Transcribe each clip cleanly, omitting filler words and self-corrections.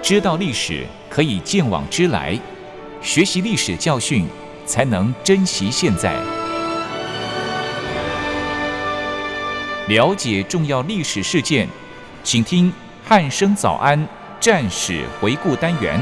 知道历史可以见往知来，学习历史教训，才能珍惜现在。了解重要历史事件，请听汉声早安战史回顾单元。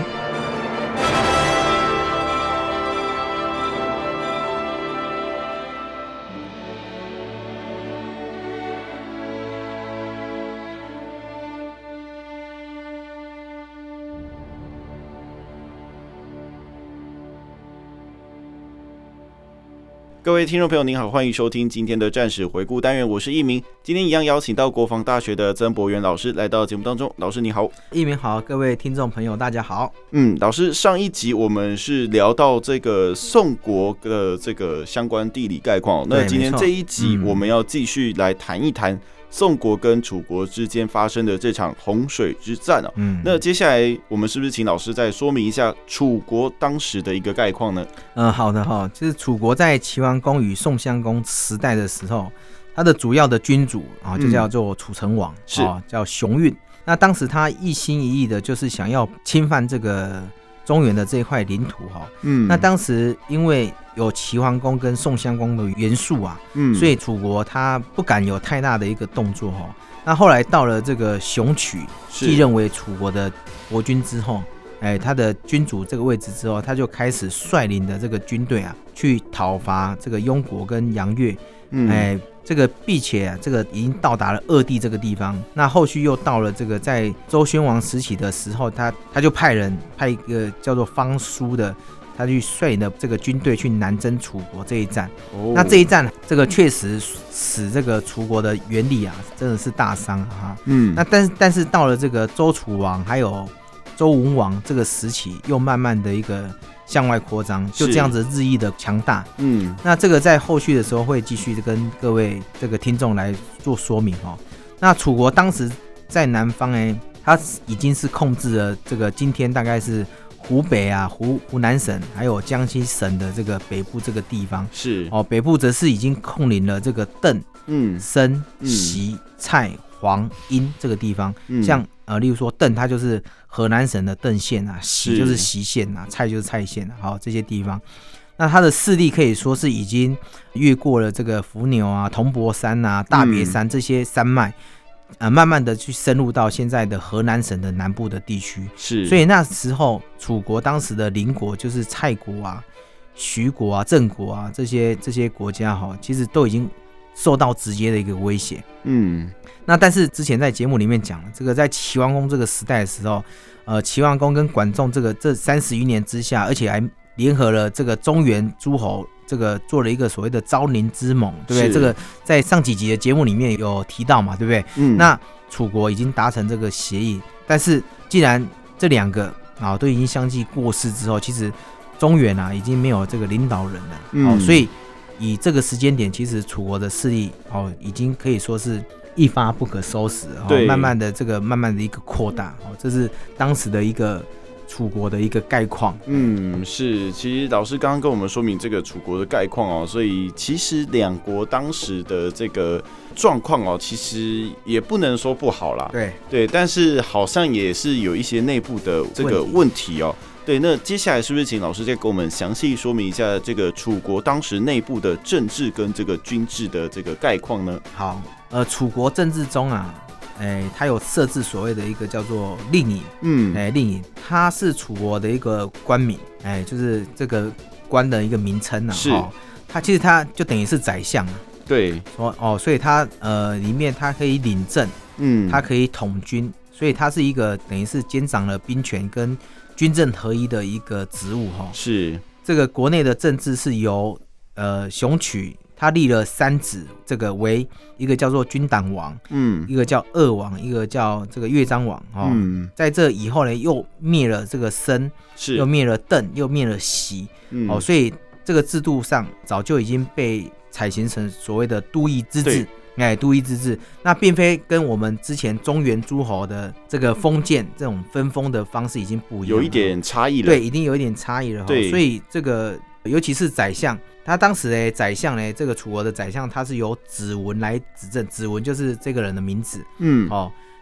各位听众朋友您好，欢迎收听今天的战史回顾单元，我是一鸣。今天一样邀请到国防大学的曾博元老师来到节目当中。老师你好。 一鸣好，各位听众朋友大家好。 老师，上一集我们是聊到这个宋国的这个相关地理概况，那今天这一集我们要继续来谈一谈宋国跟楚国之间发生的这场洪水之战啊。那接下来我们是不是请老师再说明一下楚国当时的一个概况呢？ 好的哈，就是楚国在齐桓公与宋襄公时代的时候，他的主要的君主啊就叫做楚成王，是叫熊运。那当时他一心一意的就是想要侵犯这个中原的这一块领土哈。那当时因为有齐桓公跟宋襄公的元素啊，所以楚国他不敢有太大的一个动作哈。那后来到了这个熊取继任为楚国的国君之后，他的君主这个位置之后，他就开始率领的这个军队啊，去讨伐这个庸国跟杨越，这个并且这个已经到达了鄂地这个地方。那后续又到了这个在周宣王时期的时候，他就派一个叫做方叔的，他去率领的这个军队去南征楚国这一战。那这一战，这个确实使这个楚国的元力啊，真的是大伤啊。那但是到了这个周楚王还有周文王这个时期，又慢慢的一个向外扩张，就这样子日益的强大。那这个在后续的时候会继续跟各位这个听众来做说明哦。那楚国当时在南方它已经是控制了这个今天大概是湖北啊、湖南省还有江西省的这个北部这个地方。是北部则是已经控领了这个邓、申、习、蔡、黄、殷这个地方。像例如说邓，它就是河南省的邓县啊，习就是习县啊，蔡就是蔡县啊，好，这些地方。那它的势力可以说是已经越过了这个伏牛啊、铜柏山啊、大别山这些山脉，慢慢的去深入到现在的河南省的南部的地区。是，所以那时候楚国当时的邻国就是蔡国啊、徐国啊、郑国啊这些国家哈，其实都已经受到直接的一个威胁。那但是之前在节目里面讲了，这个在齐桓公这个时代的时候，齐桓公跟管仲这30余年之下，而且还联合了这个中原诸侯，这个做了一个所谓的昭宁之盟，对不对？这个在上几集的节目里面有提到嘛，对不对？那楚国已经达成这个协议，但是既然这两个都已经相继过世之后，其实中原已经没有这个领导人了，所以以这个时间点，其实楚国的势力已经可以说是一发不可收拾，慢慢的一个扩大，这是当时的一个楚国的一个概况。 是，其实老师刚刚跟我们说明这个楚国的概况所以其实两国当时的这个状况其实也不能说不好啦，对，但是好像也是有一些内部的这个问题对，那接下来是不是请老师再给我们详细说明一下这个楚国当时内部的政治跟这个军制的这个概况呢？ 好，楚国政治中它有设置所谓的一个叫做令尹，令尹，它是楚国的一个官名，就是这个官的一个名称是，它其实它就等于是宰相对，所以它里面它可以领政，它可以统军，所以它是一个等于是兼掌了兵权跟军政合一的一个职务是，这个国内的政治是由熊取他立了3子，这个为一个叫做君党王，一个叫鄂王，一个叫这个乐章王在这以后呢，又灭了这个申，又灭了邓，又灭了习，所以这个制度上早就已经被采行成所谓的都邑之治。都邑之治，那并非跟我们之前中原诸侯的这个封建这种分封的方式已经不一样了， 有一点差异了。 对，已经有一点差异了。对，所以这个尤其是宰相，他当时宰相这个楚国的宰相，他是由子文来执政，子文就是这个人的名字。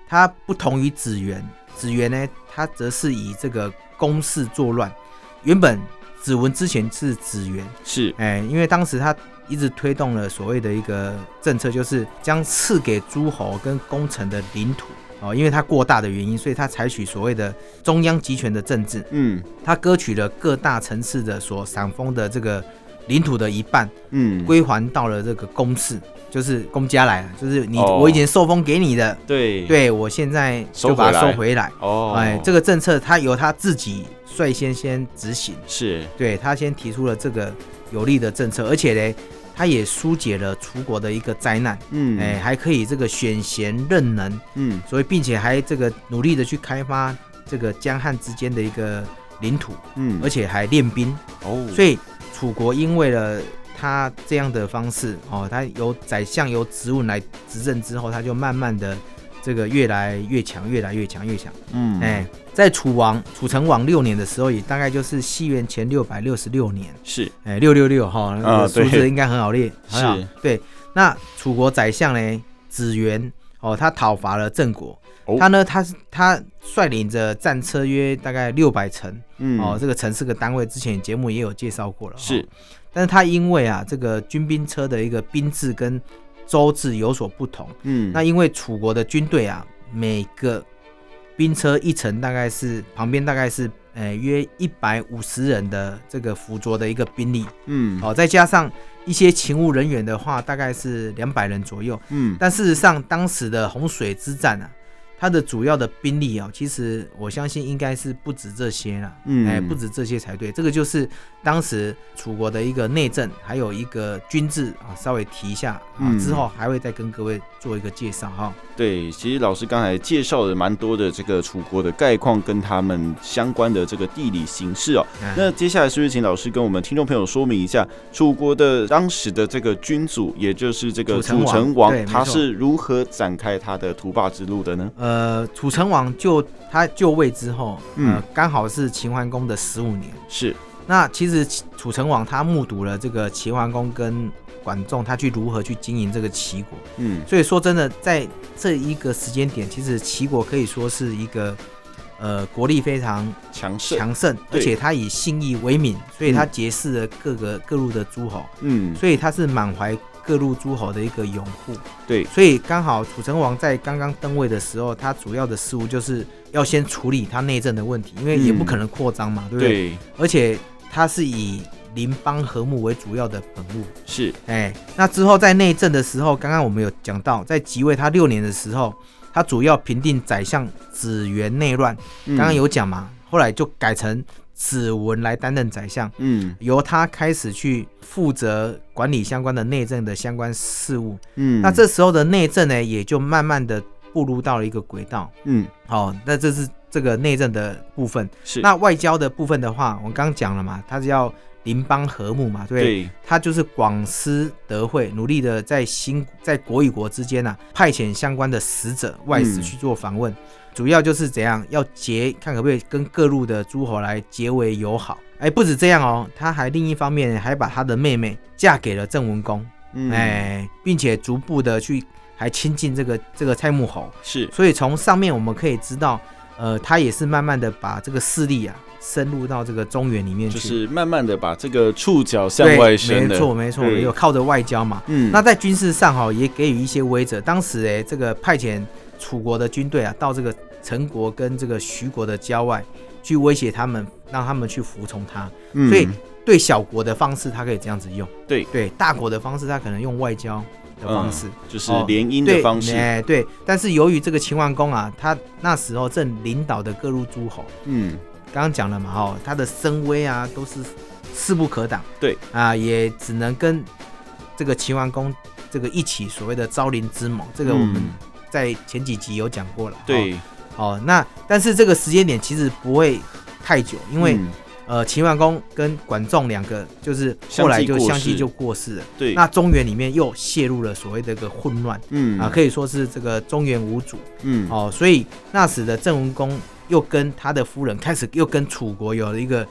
它不同于子元，子元呢，它则是以这个公事作乱。原本子文之前是子元， 是， 因为当时他一直推动了所谓的一个政策，就是将赐给诸侯跟功臣的领土。因为它过大的原因，所以他采取所谓的中央集权的政治。他割取了各大城市的所赏封的这个领土的一半，归还到了这个公室，就是公家来了，就是我以前受封给你的，对，我现在就把它收回来。这个政策他由他自己率先执行， 是， 对，他先提出了这个有利的政策，而且呢，他也疏解了楚国的一个灾难，还可以这个选贤任能，所以并且还这个努力的去开发这个江汉之间的一个领土，而且还练兵，所以楚国因为了他这样的方式，他由宰相由子文来执政之后，他就慢慢的这个越来越强，越来越强。在楚成王6年的时候，也大概就是西元前666年， 是 ，666哈，那个数字应该很好列， 是， 对。那楚国宰相呢，子元他讨伐了郑国，他率领着战车约大概600乘，这个乘是个单位，之前节目也有介绍过了， 是。 但是他因为这个军兵车的一个兵制跟州制有所不同，那因为楚国的军队每个兵车一层大概是旁边大概是约150人的这个辅佐的一个兵力，再加上一些勤务人员的话，大概是200人左右，但事实上当时的洪水之战它的主要的兵力其实我相信应该是不止这些啦，不止这些才对。这个就是当时楚国的一个内政，还有一个军制稍微提一下之后还会再跟各位做一个介绍哈。 对，其实老师刚才介绍了蛮多的这个楚国的概况跟他们相关的这个地理形势那接下来是不是请老师跟我们听众朋友说明一下楚国的当时的这个君主，也就是这个楚成王，他是如何展开他的图霸之路的呢？ 楚成王他就位之后，刚好是秦桓公的15年。 是。 那其实楚成王他目睹了这个齐桓公跟管仲他去如何去经营这个齐国，所以说真的在这一个时间点，其实齐国可以说是一个国力非常强盛，而且他以信义为名，所以他结识了各路的诸侯，所以他是满怀各路诸侯的一个拥护， 对， 所以刚好楚成王在刚刚登位的时候，他主要的事务就是要先处理他内政的问题，因为也不可能扩张嘛，对不对？而且他是以邻邦和睦为主要的本务， 是， 那之后在内政的时候，刚刚我们有讲到，在即位他6年的时候，他主要平定宰相子元内乱，刚刚有讲嘛，后来就改成子文来担任宰相，由他开始去负责管理相关的内政的相关事务，那这时候的内政呢，也就慢慢的步入到了一个轨道，那这是这个内政的部分。是，那外交的部分的话，我刚刚讲了嘛，他是要邻邦和睦嘛，对，他就是广施德惠，努力的在国与国之间派遣相关的使者外使去做访问，主要就是怎样要看可不可以跟各路的诸侯来结为友好。不止这样他还另一方面还把他的妹妹嫁给了郑文公，并且逐步的去还亲近这个蔡穆侯， 是，所以从上面我们可以知道，他也是慢慢的把这个势力深入到这个中原里面去， 就是慢慢的把这个触角向外伸的， 没错，有靠着外交嘛。那在军事上也给予一些威慑。当时这个派遣楚国的军队到这个陈国跟这个徐国的郊外去威胁他们，让他们去服从他。所以对小国的方式他可以这样子用，对，大国的方式他可能用外交的方式， 就是联姻的方式， 对。但是由于这个秦桓公他那时候正领导的各路诸侯，刚刚讲了嘛，他的声威都是势不可挡， 对也只能跟这个秦桓公这个一起所谓的昭陵之盟，这个我们在前几集有讲过了， 对， 那但是这个时间点其实不会太久，因为秦桓公跟管仲两个就是后来就相继就过世了， 对， 那中原里面又陷入了所谓的一个混乱，可以说是这个中原无主，所以那时的郑文公又跟他的夫人开始又跟楚国有了一个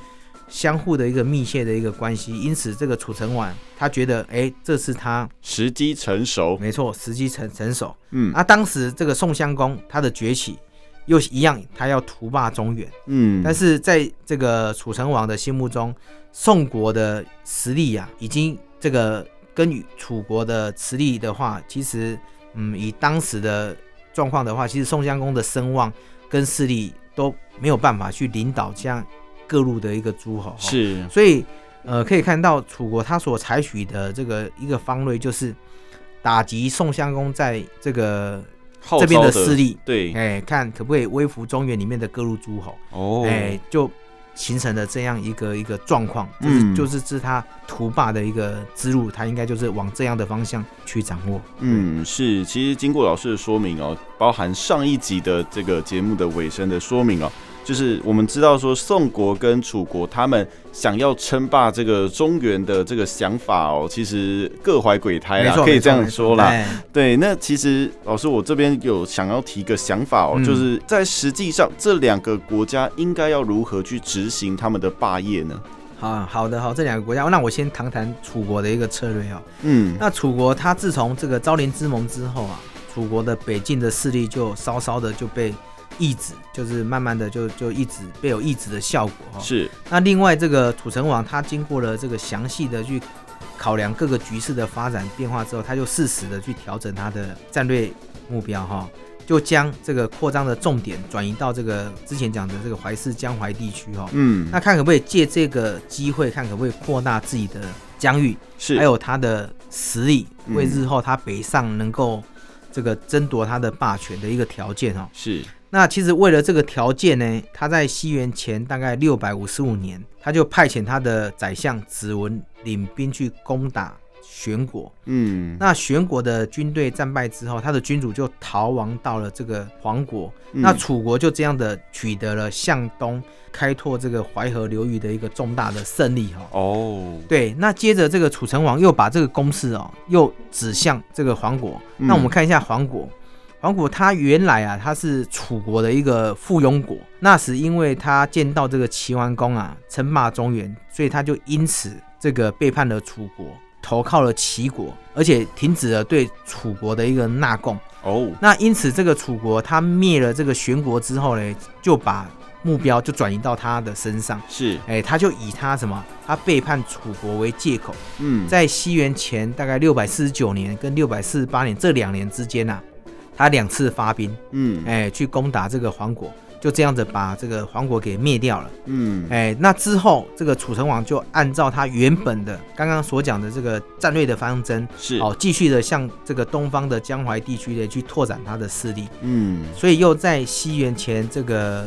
相互的一个密切的一个关系，因此这个楚成王他觉得，这是他时机成熟， 没错，时机成熟。当时这个宋襄公他的崛起又一样，他要图霸中原。但是在这个楚成王的心目中，宋国的实力啊，已经这个跟楚国的实力的话，其实以当时的状况的话，其实宋襄公的声望跟势力都没有办法去领导这样各路的一个诸侯。 是， 所以可以看到楚国他所采取的这个一个方略，就是打击宋襄公在这个这边的势力， 对， 看可不可以威服中原里面的各路诸侯。就形成了这样一个状况，就是他图霸的一个之路，他应该就是往这样的方向去掌握。 是，其实经过老师的说明哦，包含上一集的这个节目的尾声的说明哦，就是我们知道说宋国跟楚国他们想要称霸这个中原的这个想法哦，其实各怀鬼胎啦，可以这样说啦。对，那其实老师我这边有想要提个想法哦，就是在实际上这两个国家应该要如何去执行他们的霸业呢？ 好的，这两个国家，那我先谈谈楚国的一个策略哦。那楚国它自从这个昭陵之盟之后啊，楚国的北境的势力就稍稍的就被抑制，就是慢慢的就一直被有抑制的效果。 是。那另外这个楚成王他经过了这个详细的去考量各个局势的发展变化之后，他就适时的去调整他的战略目标就将这个扩张的重点转移到这个之前讲的这个淮泗江淮地区那看可不可以借这个机会，看可不可以扩大自己的疆域，还有他的实力，为日后他北上能够这个争夺他的霸权的一个条件是。 那其实为了这个条件呢，他在西元前大概655年，他就派遣他的宰相子文领兵去攻打玄国。那玄国的军队战败之后，他的君主就逃亡到了这个黄国。那楚国就这样的取得了向东开拓这个淮河流域的一个重大的胜利对，那接着这个楚成王又把这个攻势又指向这个黄国。那我们看一下黄国。黄国他原来啊，他是楚国的一个附庸国，那时因为他见到这个齐桓公啊称霸中原，所以他就因此这个背叛了楚国，投靠了齐国，而且停止了对楚国的一个纳贡。那因此这个楚国他灭了这个玄国之后呢，就把目标就转移到他的身上。 是， 他就以他他背叛楚国为借口，在西元前大概649年跟648年这2年之间啊，他2次发兵，去攻打这个黄国，就这样子把这个黄国给灭掉了。那之后这个楚成王就按照他原本的刚刚所讲的这个战略的方针， 是继续的向这个东方的江淮地区的去拓展他的势力。所以又在西元前这个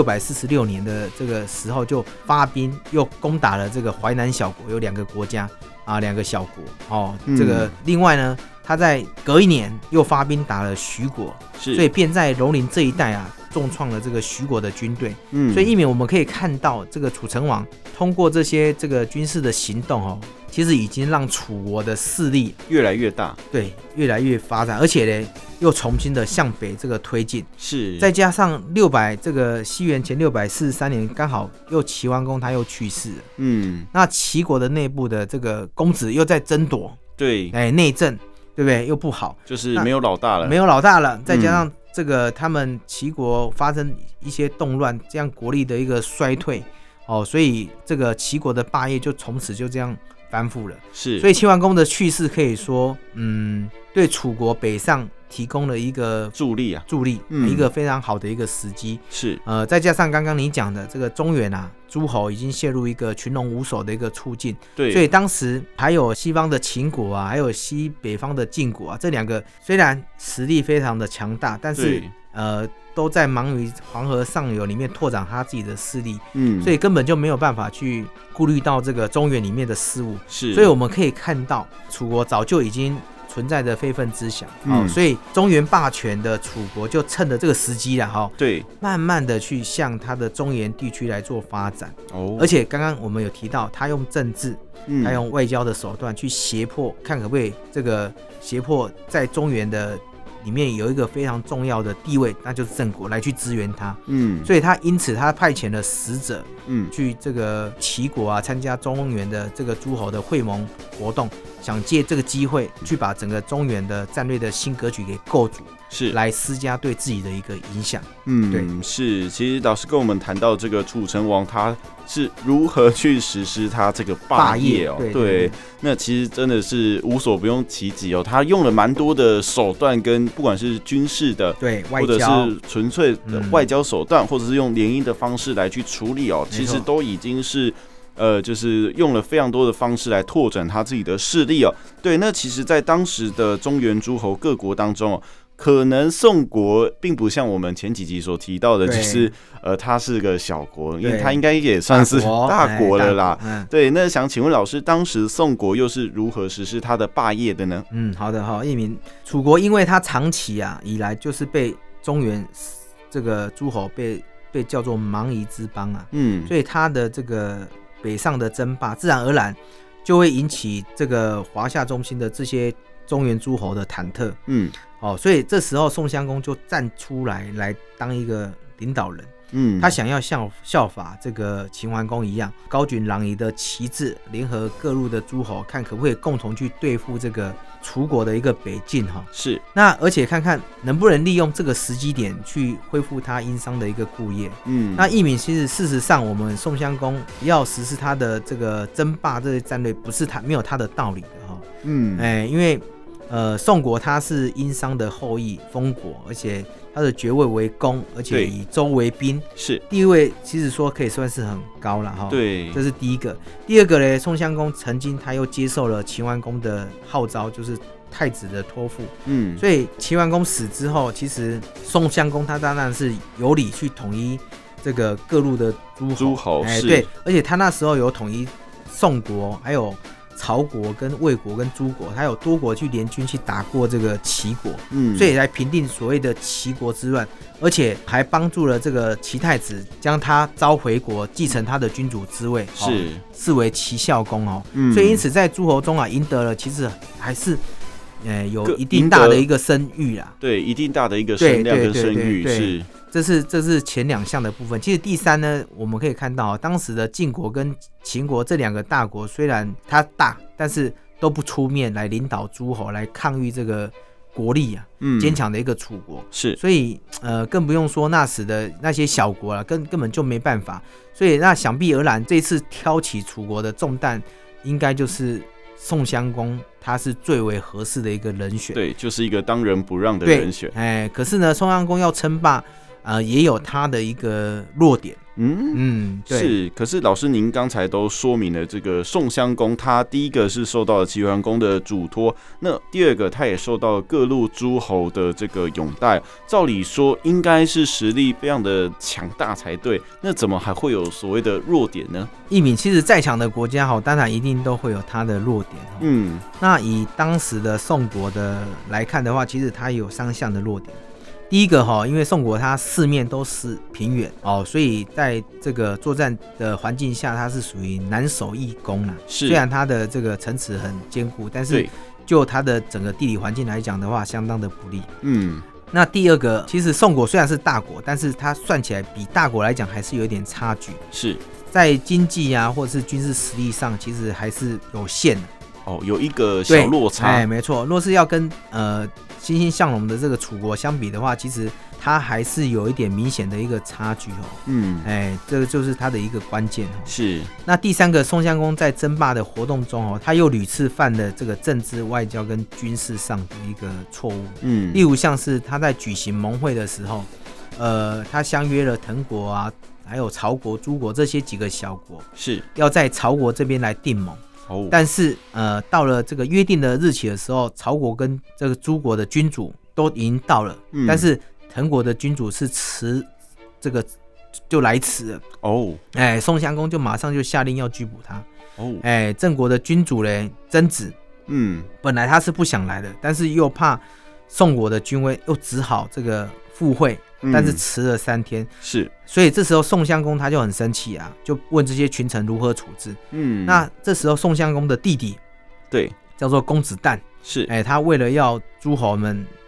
646年的这个时候就发兵又攻打了这个淮南小国，有2个国家2个小国这个另外呢，他在隔一年又发兵打了徐国，所以便在楼林这一带啊重创了这个徐国的军队。所以一面我们可以看到这个楚成王通过这些这个军事的行动其实已经让楚国的势力越来越大， 对，越来越发展，而且呢又重新的向北这个推进。 是， 再加上这个西元前643年刚好又齐桓公他又去世了。那齐国的内部的这个公子又在争夺， 对， 内政对不对？又不好， 就是没有老大了， 没有老大了，再加上这个他们齐国发生一些动乱，这样国力的一个衰退所以这个齐国的霸业就从此就这样翻覆了。 是， 所以齐桓公的去世可以说对楚国北上提供了一个助力，一个非常好的一个时机。 是， 再加上刚刚你讲的这个中原啊，诸侯已经陷入一个群龙无首的一个处境。 对， 所以当时还有西方的秦国啊，还有西北方的晋国啊，这2个虽然实力非常的强大，但是都在忙于黄河上游里面拓展他自己的势力。所以根本就没有办法去顾虑到这个中原里面的事务。 是， 所以我们可以看到楚国早就已经存在着非分之想所以中原霸权的楚国就趁着这个时机啦对， 慢慢的去向他的中原地区来做发展。而且刚刚我们有提到，他用政治，他用外交的手段去胁迫，看可不可以这个胁迫在中原的里面有一个非常重要的地位，那就是郑国来去支援他。所以他因此他派遣了使者，去这个齐国啊参加中原的这个诸侯的会盟活动，想借这个机会去把整个中原的战略的新格局给构筑， 是来施加对自己的一个影响。 对，是。其实老师跟我们谈到这个楚成王他是如何去实施他这个霸业哦，对，那其实真的是无所不用其极哦。他用了蛮多的手段，跟不管是军事的， 对， 或者是纯粹的外交手段，或者是用联姻的方式来去处理哦，其实都已经是。就是用了非常多的方式来拓展他自己的势力哦。对，那其实，在当时的中原诸侯各国当中哦，可能宋国并不像我们前几集所提到的，就是他是个小国，因为他应该也算是大国了啦。对，那想请问老师，当时宋国又是如何实施他的霸业的呢？ 好的，一鸣，楚国因为他长期以来就是被中原这个诸侯被叫做蛮夷之邦啊，所以他的这个北上的争霸，自然而然就会引起这个华夏中心的这些中原诸侯的忐忑。所以这时候宋襄公就站出来当一个领导人。他想要效法这个秦桓公一样，高举狼夷的旗帜，联合各路的诸侯，看可不可以共同去对付这个楚国的一个北进。 是。那而且看看能不能利用这个时机点去恢复他殷商的一个故业。那一鸣，其实事实上我们宋襄公要实施他的这个争霸这些战略，不是他没有他的道理的因为宋国他是殷商的后裔封国，而且他的爵位为公，而且以州为宾， 是地位其实说可以算是很高了对， 这是第一个。第二个呢，宋襄公曾经他又接受了秦桓公的号召，就是太子的托付。所以秦桓公死之后，其实宋襄公他当然是有理去统一这个各路的诸侯。对，而且他那时候有统一宋国，还有曹国跟魏国跟诸国，他有多国去联军去打过这个齐国，所以来平定所谓的齐国之乱，而且还帮助了这个齐太子将他召回国，继承他的君主之位， 是视为齐孝公所以因此在诸侯中赢得了其实还是有一定大的一个声誉啦， 对，一定大的一个声量跟声誉是。 这是前两项的部分。其实第三呢，我们可以看到当时的晋国跟秦国这两个大国，虽然它大，但是都不出面来领导诸侯来抗御这个国力坚强的一个楚国。 是， 所以更不用说那时的那些小国了，根本就没办法。所以那想必而然，这次挑起楚国的重担，应该就是宋襄公，他是最为合适的一个人选。 对，就是一个当仁不让的人选。 可是呢，宋襄公要称霸。也有他的一个弱点。对， 是。可是老师，您刚才都说明了，这个宋襄公他第一个是受到了齐桓公的嘱托，那第二个他也受到了各路诸侯的这个拥戴。照理说，应该是实力非常的强大才对。那怎么还会有所谓的弱点呢？ 一鸣，其实再强的国家当然一定都会有它的弱点。那以当时的宋国的来看的话，其实它有3项的弱点。第一个因为宋国它四面都是平原所以在这个作战的环境下，它是属于难守易攻虽然它的这个城池很坚固，但是就它的整个地理环境来讲的话，相当的不利。那第二个，其实宋国虽然是大国，但是它算起来比大国来讲还是有一点差距， 是在经济或者是军事实力上，其实还是有限的。 有一个小落差。 没错。若是要跟欣欣向荣的这个楚国相比的话，其实它还是有一点明显的一个差距这个就是它的一个关键是。 那第三个，宋襄公在争霸的活动中他又屡次犯了这个政治、外交跟军事上的一个错误。例如像是他在举行盟会的时候，他相约了滕国还有曹国、诸国这些几个小国， 是要在曹国这边来订盟。但是到了这个约定的日期的时候，曹国跟这个诸国的君主都已经到了，但是滕国的君主是就来迟了。宋襄公就马上就下令要拘捕他。郑国的君主呢，曾子，本来他是不想来的，但是又怕宋国的军威，又只好这个赴会。但是迟了3天， 是， 所以这时候宋襄公他就很生气就问这些群臣如何处置。那这时候宋襄公的弟弟， 对， 叫做公子旦， 是， 他为了要诸侯们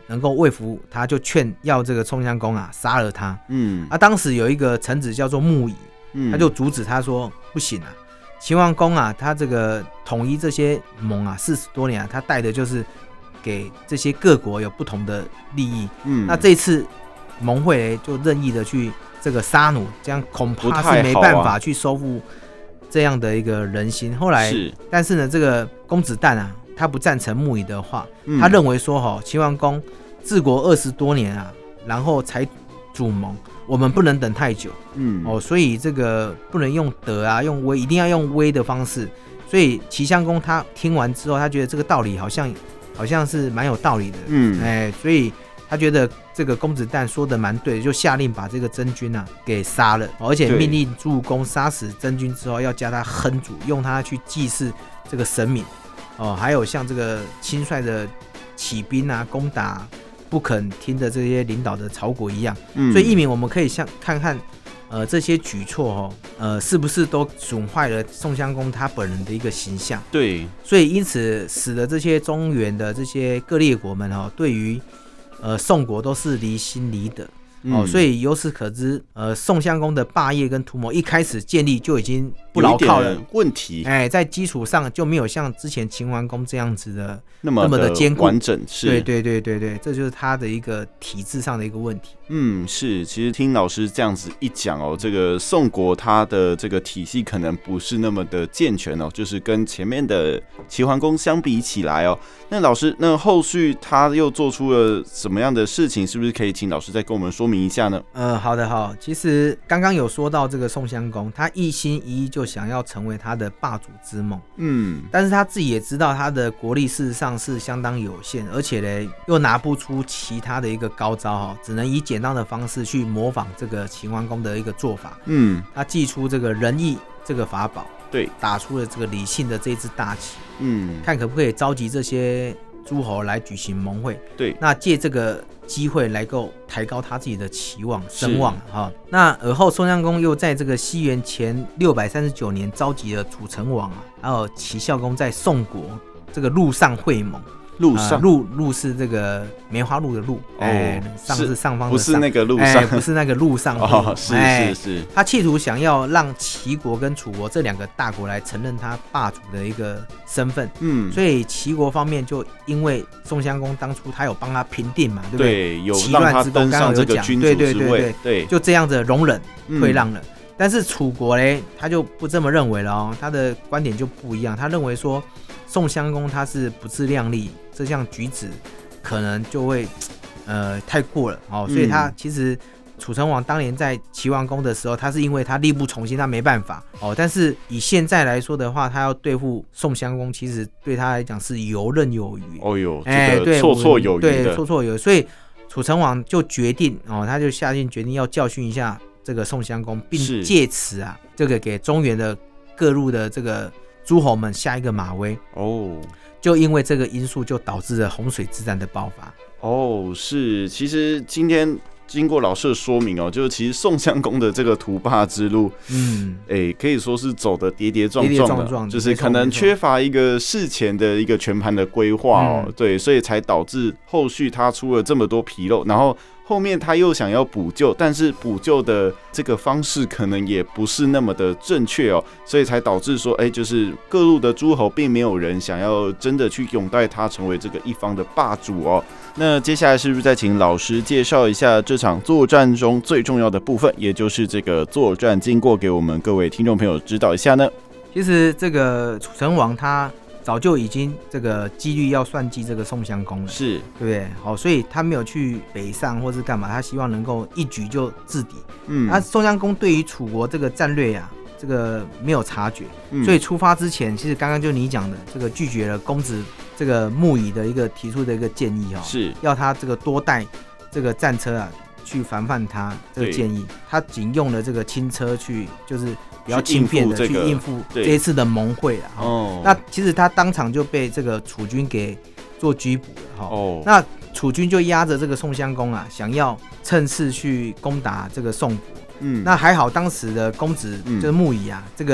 能够慰服他，就劝要这个宋襄公啊杀了他。当时有一个臣子叫做穆仪，他就阻止他说不行啊，秦王公啊，他这个统一这些盟啊40多年啊，他带的就是给这些各国有不同的利益。那这次盟会就任意的去这个杀戮，这样恐怕是没办法去收复这样的一个人心。后来，但是呢，这个公子旦啊，他不赞成穆仪的话，他认为说秦王公治国20多年啊，然后才主盟，我们不能等太久。所以这个不能用德啊，用威，一定要用威的方式。所以齐襄公他听完之后，他觉得这个道理好像是蛮有道理的。所以他觉得这个公子旦说的蛮对的，就下令把这个真君啊给杀了，而且命令诸武公杀死真君之后，要加他亨主，用他去祭祀这个神明。还有像这个亲率的起兵啊，攻打不肯听的这些领导的曹国一样。所以一鸣我们可以看看这些举措是不是都损坏了宋襄公他本人的一个形象？ 对， 所以因此使得这些中原的这些各列国们对于宋国都是离心离德。所以由此可知，宋襄公的霸业跟图谋一开始建立就已经不牢靠了， 问题。 在基础上就没有像之前秦桓公这样子的那么的坚固完整。是， 对，这就是他的一个体制上的一个问题。 是，其实听老师这样子一讲这个宋国他的这个体系可能不是那么的健全就是跟前面的齐桓公相比起来那老师，那后续他又做出了什么样的事情？是不是可以请老师再跟我们说明一下呢？ 好的，其实刚刚有说到这个宋襄公，他一心一意就想要成为他的霸主之梦。但是他自己也知道他的国力事实上是相当有限，而且呢又拿不出其他的一个高招只能以简单的方式去模仿这个秦桓公的一个做法。他祭出这个仁义这个法宝， 对， 打出了这个理性的这支大旗。看可不可以召集这些诸侯来举行盟会。 对， 那借这个机会来够抬高他自己的期望声望那而后宋襄公又在这个西元前639年召集了楚成王还有齐孝公在宋国这个陆上会盟。陆是这个梅花鹿的鹿，上是上方的上， 不是那个路上， 不是那个路上是。 他企图想要让齐国跟楚国这两个大国来承认他霸主的一个身份。所以齐国方面就因为宋襄公当初他有帮他平定嘛，对不对？ 对，有让他登上这个君主之位，对， 就这样子容忍退让了。但是楚国嘞，他就不这么认为了他的观点就不一样，他认为说宋襄公他是不自量力，这项举止可能就会太过了所以他其实楚成王当年在齐桓公的时候，他是因为他力不从心，他没办法但是以现在来说的话，他要对付宋襄公，其实对他来讲是游刃有余。 这个绰绰有余的， 对，绰绰有余。所以楚成王就决定他就下定决定要教训一下这个宋襄公，并借此这个给中原的各路的这个诸侯们下一个马威。就因为这个因素，就导致了洪水之战的爆发。 是，其实今天经过老师的说明就是其实宋襄公的这个图霸之路，可以说是走的跌跌撞撞的，就是可能缺乏一个事前的一个全盘的规划对，所以才导致后续他出了这么多纰漏，然后后面他又想要补救，但是补救的这个方式可能也不是那么的正确所以才导致说，就是各路的诸侯并没有人想要真的去拥戴他成为这个一方的霸主那接下来是不是再请老师介绍一下这场作战中最重要的部分，也就是这个作战经过，给我们各位听众朋友指导一下呢？ 其实这个楚成王他早就已经这个几率要算计这个宋襄公了， 是， 对不对？所以他没有去北上或是干嘛，他希望能够一举就制敌。宋襄公对于楚国这个战略这个没有察觉，所以出发之前，其实刚刚就你讲的这个拒绝了公子这个穆仪的一个提出的一个建议是要他这个多带这个战车去防范他这个建议，他仅用了这个轻车去就是比较轻便的去应付这一次的盟会那其实他当场就被这个楚军给做拘捕了那楚军就压着这个宋襄公想要趁势去攻打这个宋国。那还好当时的公子就是穆仪这个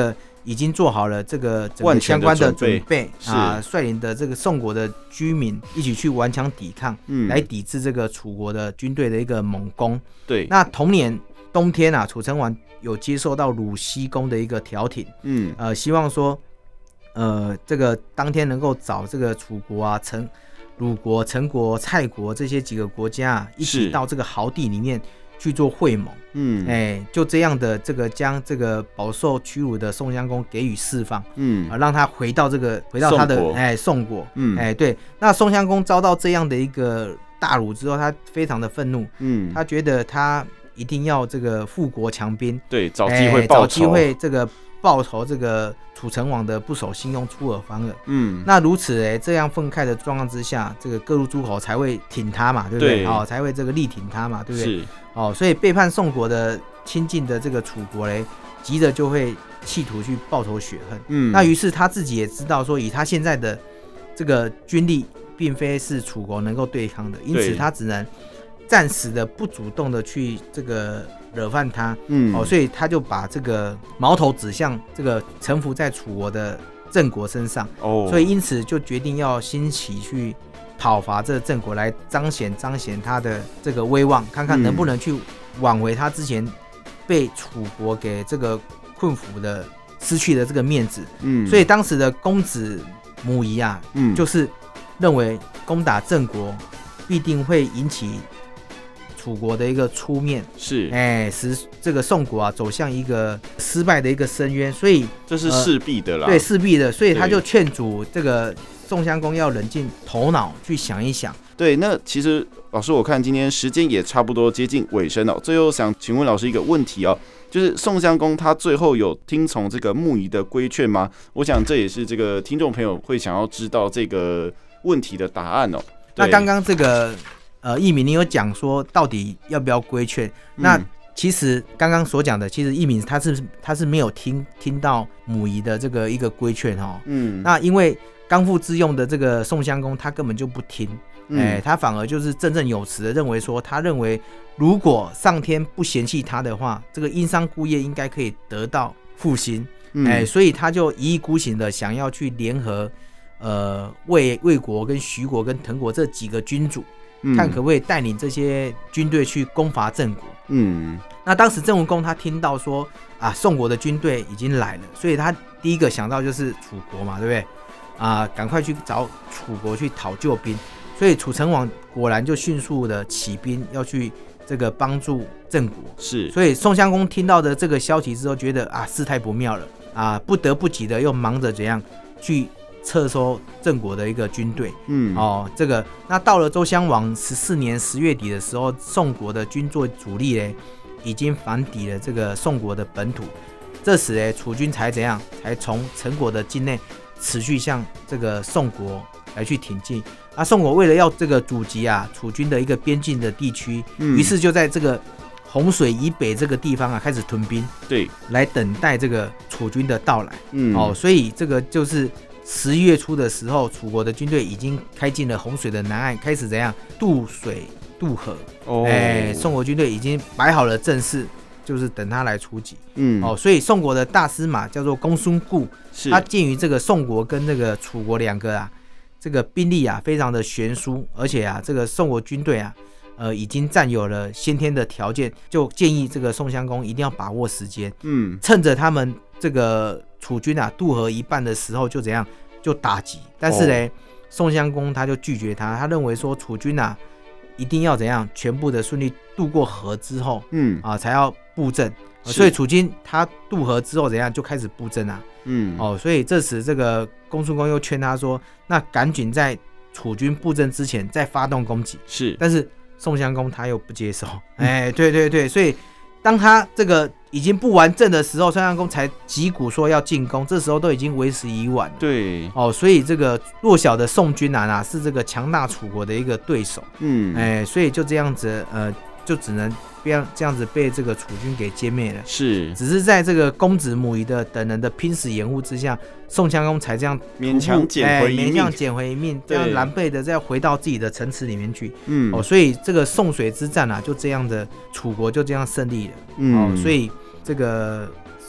已经做好了这个整个相关的准备啊，率领的这个宋国的居民一起去顽强抵抗，来抵制这个楚国的军队的一个猛攻。 对， 那同年冬天啊，楚成王有接受到鲁僖公的一个调停，希望说，这个当天能够找这个楚国啊、鲁国、陈国、蔡国这些几个国家啊，一起到这个豪地里面去做会盟。就这样的这个将这个饱受屈辱的宋襄公给予释放，让他回到他的宋国。对，那宋襄公遭到这样的一个大辱之后，他非常的愤怒，他觉得他一定要这个富国强兵， 对，找机会报仇， 找机会这个报仇这个楚成王的不守信用，出尔反尔。那如此这样愤慨的状况之下，这个各路诸侯才会挺他嘛，对不对？才会这个力挺他嘛，对不对？所以背叛宋国的亲近的这个楚国急着就会企图去报仇雪恨。那于是他自己也知道说，以他现在的这个军力，并非是楚国能够对抗的，因此他只能暂时的不主动的去这个惹犯他。所以他就把这个矛头指向这个臣服在楚国的郑国身上。所以因此就决定要兴起去讨伐这个郑国，来彰显他的这个威望，看看能不能去挽回他之前被楚国给这个困服的失去的这个面子。所以当时的公子母仪啊，就是认为攻打郑国必定会引起楚国的一个出面，使这个宋国啊走向一个失败的一个深渊，所以这是势必的啦。 对，势必的，所以他就劝阻这个宋襄公要冷静头脑去想一想。 对，那其实老师，我看今天时间也差不多接近尾声了，最后想请问老师一个问题哦，就是宋襄公他最后有听从这个穆仪的规劝吗？我想这也是这个听众朋友会想要知道这个问题的答案哦。 那刚刚这个义民你有讲说到底要不要规劝？那其实刚刚所讲的，其实义民他是没有听到母仪的这个一个规劝哦。那因为刚愎自用的这个宋襄公他根本就不听，他反而就是振振有词的认为说，他认为如果上天不嫌弃他的话，这个殷商故业应该可以得到复兴。所以他就一意孤行的想要去联合魏国跟徐国跟滕国这几个君主，看可不可以带领这些军队去攻伐郑国。那当时郑文公他听到说宋国的军队已经来了，所以他第一个想到就是楚国嘛，对不对？赶快去找楚国去讨救兵，所以楚成王果然就迅速的起兵要去这个帮助郑国。所以宋襄公听到的这个消息之后，觉得事态不妙了，不得不急的又忙着怎样去撤收郑国的一个军队。那到了周襄王14年10月底的时候，宋国的军作主力已经反抵了这个宋国的本土。这时楚军才怎样？才从陈国的境内持续向这个宋国来去挺进。宋国为了要这个阻击楚军的一个边境的地区，于是就在这个洪水以北这个地方开始屯兵， 对， 来等待这个楚军的到来。所以这个就是11月初的时候，楚国的军队已经开进了洪水的南岸，开始怎样渡水渡河。宋国军队已经摆好了阵势，就是等他来出击。所以宋国的大司马叫做公孙固，他鉴于这个宋国跟这个楚国两个这个兵力非常的悬殊，而且这个宋国军队已经占有了先天的条件，就建议这个宋襄公一定要把握时间，趁着他们这个楚军渡河一半的时候就怎样就打击。但是宋襄公他就拒绝他认为说楚军一定要怎样全部的顺利渡过河之后，才要布阵。所以楚军他渡河之后怎样就开始布阵所以这时这个公孙公又劝他说，那赶紧在楚军布阵之前再发动攻击。但是宋襄公他又不接受。对，所以当他这个已经布完阵的时候，宋襄公才击鼓说要进攻，这时候都已经为时已晚了。 对， 所以这个弱小的宋军是这个强大楚国的一个对手。所以就这样子就只能这样子被这个楚军给歼灭了。只是在这个公子母仪的等人的拼死掩护之下，宋襄公才这样勉强捡回一命，这样狼狈的再回到自己的城池里面去。所以这个宋水之战就这样的楚国就这样胜利了。所以这个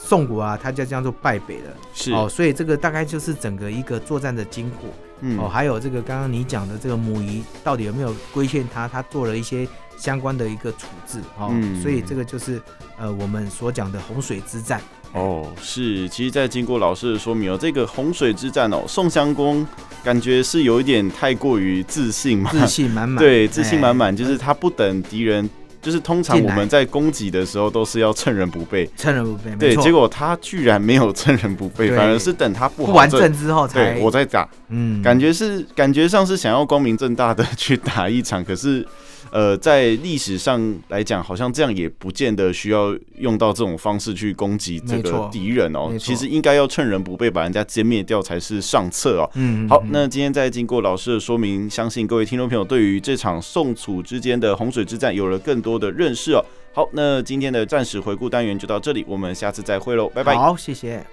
宋国啊，他就叫做败北了， 是所以这个大概就是整个一个作战的经过。还有这个刚刚你讲的这个母仪到底有没有规劝他做了一些相关的一个处置所以这个就是我们所讲的洪水之战。 是，其实在经过老师的说明这个洪水之战宋襄公感觉是有一点太过于自信嘛， 自信满满， 对，自信满满，就是他不等敌人。就是通常我们在攻击的时候都是要趁人不备，对，结果他居然没有趁人不备，反而是等他不完阵之后才对我再打，感觉上是想要光明正大的去打一场，可是在历史上来讲，好像这样也不见得需要用到这种方式去攻击这个敌人其实应该要趁人不备，把人家歼灭掉才是上策好，那今天在经过老师的说明，相信各位听众朋友对于这场宋楚之间的洪水之战有了更多的认识好，那今天的战史回顾单元就到这里，我们下次再会喽，拜拜。 好，谢谢。